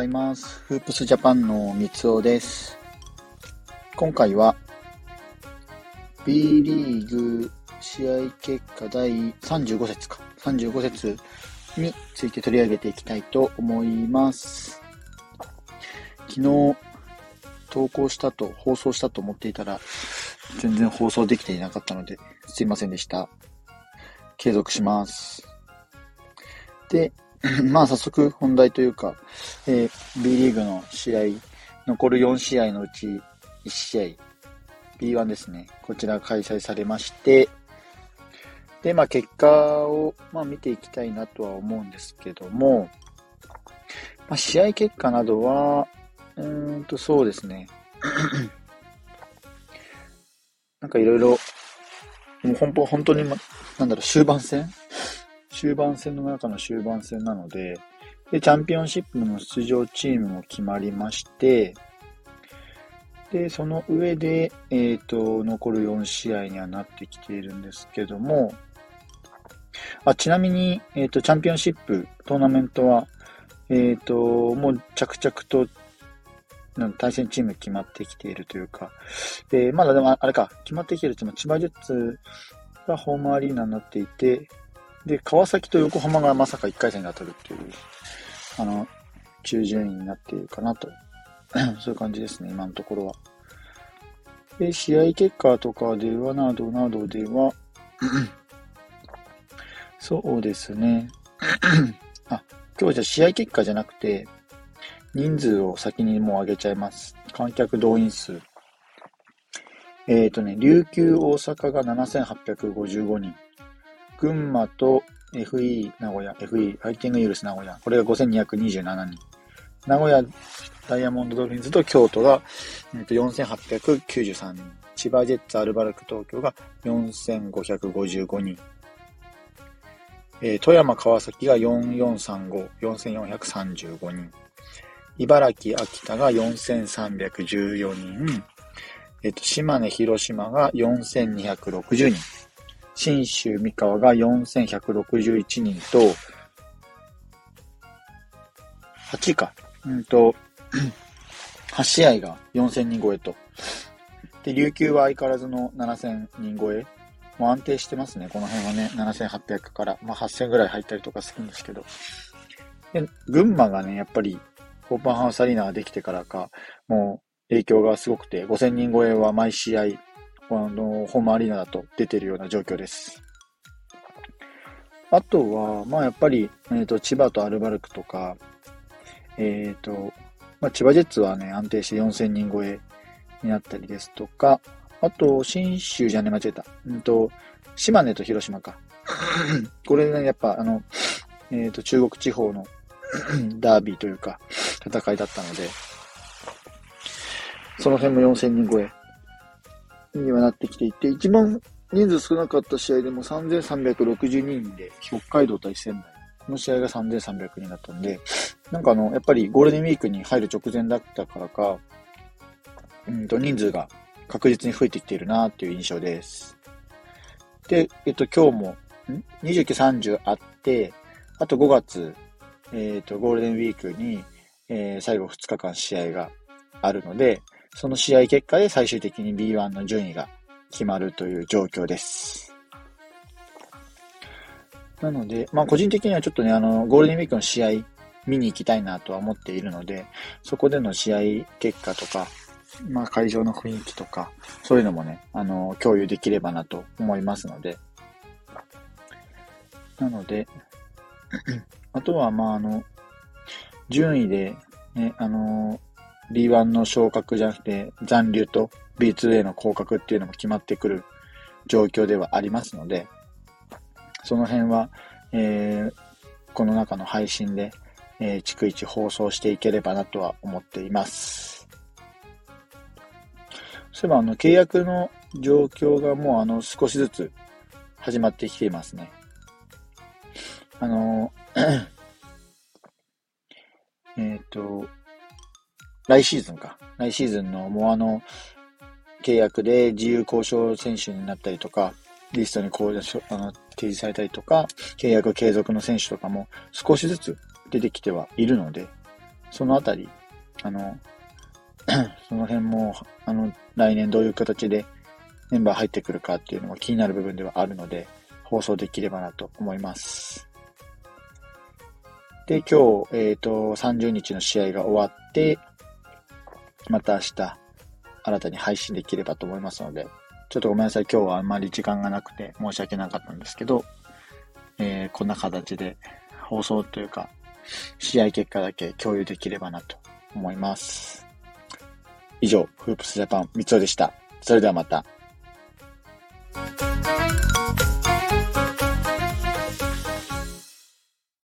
ざいます。フープスジャパンの三尾です。今回は B リーグ試合結果第35節について取り上げていきたいと思います。昨日放送したと思っていたら全然放送できていなかったのですいませんでした。継続します。で、早速本題というか、B リーグの試合、残る4試合のうち1試合、B1 ですね。こちら開催されまして、で、結果を、見ていきたいなとは思うんですけども、試合結果などは、そうですね。いろいろ、もう本当に、終盤戦の中の終盤戦なので、チャンピオンシップの出場チームも決まりまして、で、その上で、残る4試合にはなってきているんですけども、ちなみに、チャンピオンシップトーナメントは、もう着々と対戦チーム決まってきているというか、まだでも決まってきているっていうのは千葉ジェッツがホームアリーナになっていて、で、川崎と横浜がまさか1回戦に当たるっていう、中順位になっているかなと。そういう感じですね、今のところは。で、試合結果とかでは、などでは、そうですね。今日じゃ試合結果じゃなくて、人数を先にもう上げちゃいます。観客動員数。琉球大阪が7855人。群馬と FE 名古屋、FE ファイティングイーグルス名古屋、これが5227人。名古屋ダイヤモンドドルフィンズと京都が4893人。千葉ジェッツアルバルク東京が4555人。富山川崎が4435、4435人。茨城秋田が4314人。島根広島が4260人。信州三河が4161人と、8試合が4000人超えと。で、琉球は相変わらずの7000人超え。もう安定してますね。この辺はね、7800から、8000ぐらい入ったりとかするんですけど。で、群馬がね、やっぱり、オープンハウスアリーナができてからか、もう影響がすごくて、5000人超えは毎試合、ホームアリーナだと出ているような状況です。あとは、やっぱり、千葉とアルバルクとか、千葉ジェッツはね、安定して4000人超えになったりですとか、あと、島根と広島か。これね、やっぱ、中国地方のダービーというか、戦いだったので、その辺も4000人超えにはなってきていて、一番人数少なかった試合でも3362人で、北海道対仙台。この試合が3300人だったんで、やっぱりゴールデンウィークに入る直前だったからか、人数が確実に増えてきているなっていう印象です。で、今日も、29、30あって、あと5月、ゴールデンウィークに、最後2日間試合があるので、その試合結果で最終的に B1 の順位が決まるという状況です。なので、個人的にはちょっとね、ゴールデンウィークの試合見に行きたいなとは思っているので、そこでの試合結果とか、会場の雰囲気とか、そういうのもね、共有できればなと思いますので。なので、あとは、順位で、ね、B1 の昇格じゃなくて、残留と B2A の降格っていうのも決まってくる状況ではありますので、その辺は、この中の配信で、逐一放送していければなとは思っています。そういえば、契約の状況がもう少しずつ始まってきていますね。来シーズンのもう契約で自由交渉選手になったりとか、リストに提示されたりとか、契約継続の選手とかも少しずつ出てきてはいるので、 そのあたり、その辺も、来年どういう形でメンバー入ってくるかっていうのも気になる部分ではあるので、放送できればなと思います。で、今日、30日の試合が終わって、また明日、新たに配信できればと思いますので、ちょっとごめんなさい。今日はあんまり時間がなくて申し訳なかったんですけど、こんな形で放送というか、試合結果だけ共有できればなと思います。以上、フープスジャパン三尾でした。それではまた。